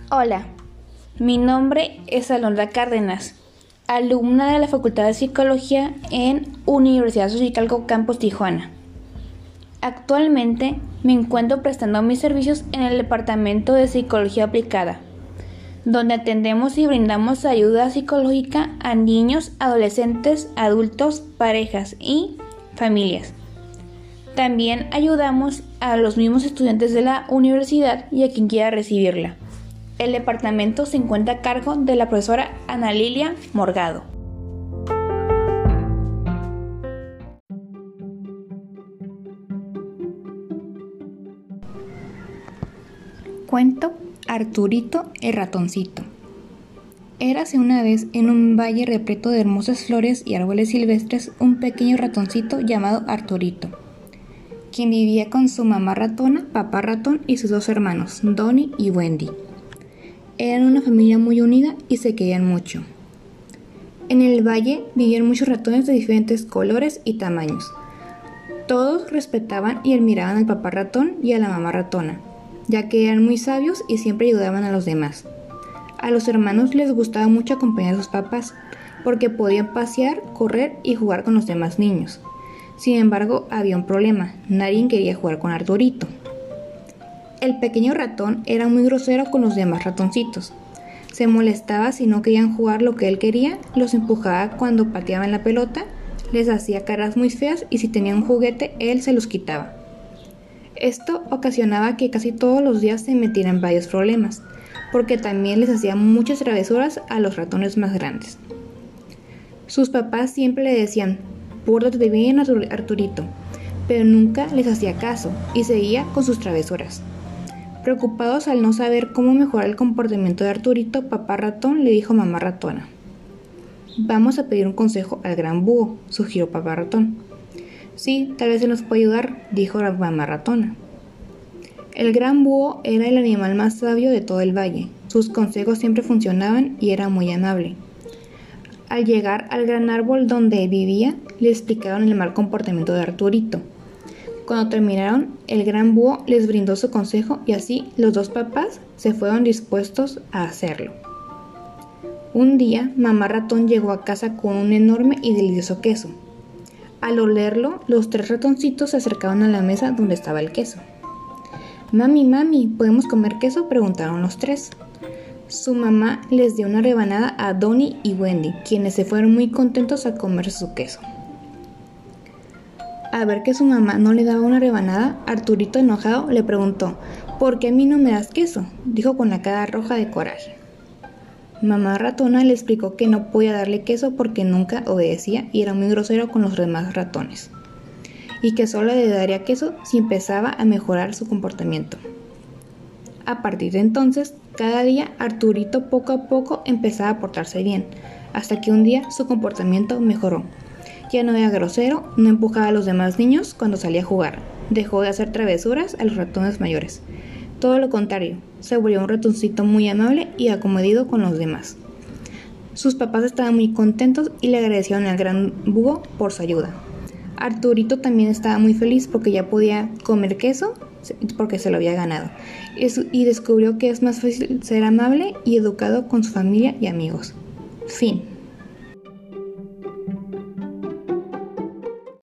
Hola, mi nombre es Alondra Cárdenas, alumna de la Facultad de Psicología en Universidad Xochicalco Campus Tijuana. Actualmente me encuentro prestando mis servicios en el Departamento de Psicología Aplicada, donde atendemos y brindamos ayuda psicológica a niños, adolescentes, adultos, parejas y familias. También ayudamos a los mismos estudiantes de la universidad y a quien quiera recibirla. El departamento se encuentra a cargo de la profesora Ana Lilia Morgado. Cuento Arturito el ratoncito. Érase una vez en un valle repleto de hermosas flores y árboles silvestres un pequeño ratoncito llamado Arturito, quien vivía con su mamá ratona, papá ratón y sus dos hermanos, Donny y Wendy. Eran una familia muy unida y se querían mucho. En el valle vivían muchos ratones de diferentes colores y tamaños. Todos respetaban y admiraban al papá ratón y a la mamá ratona, ya que eran muy sabios y siempre ayudaban a los demás. A los hermanos les gustaba mucho acompañar a sus papás, porque podían pasear, correr y jugar con los demás niños. Sin embargo, había un problema: nadie quería jugar con Arturito. El pequeño ratón era muy grosero con los demás ratoncitos. Se molestaba si no querían jugar lo que él quería, los empujaba cuando pateaban la pelota, les hacía caras muy feas y si tenían un juguete, él se los quitaba. Esto ocasionaba que casi todos los días se metieran en varios problemas, porque también les hacía muchas travesuras a los ratones más grandes. Sus papás siempre le decían: "Pórtate bien, Arturito", pero nunca les hacía caso y seguía con sus travesuras. Preocupados al no saber cómo mejorar el comportamiento de Arturito, papá ratón le dijo a mamá ratona: "Vamos a pedir un consejo al gran búho", sugirió papá ratón. "Sí, tal vez él nos puede ayudar", dijo la mamá ratona. El gran búho era el animal más sabio de todo el valle. Sus consejos siempre funcionaban y era muy amable. Al llegar al gran árbol donde vivía, le explicaron el mal comportamiento de Arturito. Cuando terminaron, el gran búho les brindó su consejo y así los dos papás se fueron dispuestos a hacerlo. Un día, mamá ratón llegó a casa con un enorme y delicioso queso. Al olerlo, los tres ratoncitos se acercaron a la mesa donde estaba el queso. Mami, ¿podemos comer queso?", preguntaron los tres. Su mamá les dio una rebanada a Donny y Wendy, quienes se fueron muy contentos a comer su queso. Al ver que su mamá no le daba una rebanada, Arturito, enojado, le preguntó: "¿Por qué a mí no me das queso?", dijo con la cara roja de coraje. Mamá ratona le explicó que no podía darle queso porque nunca obedecía y era muy grosero con los demás ratones, y que solo le daría queso si empezaba a mejorar su comportamiento. A partir de entonces, cada día Arturito poco a poco empezaba a portarse bien, hasta que un día su comportamiento mejoró. Ya no era grosero, no empujaba a los demás niños cuando salía a jugar, dejó de hacer travesuras a los ratones mayores. Todo lo contrario, se volvió un ratoncito muy amable y acomedido con los demás. Sus papás estaban muy contentos y le agradecieron al gran búho por su ayuda. Arturito también estaba muy feliz porque ya podía comer queso porque se lo había ganado, y descubrió que es más fácil ser amable y educado con su familia y amigos. Fin.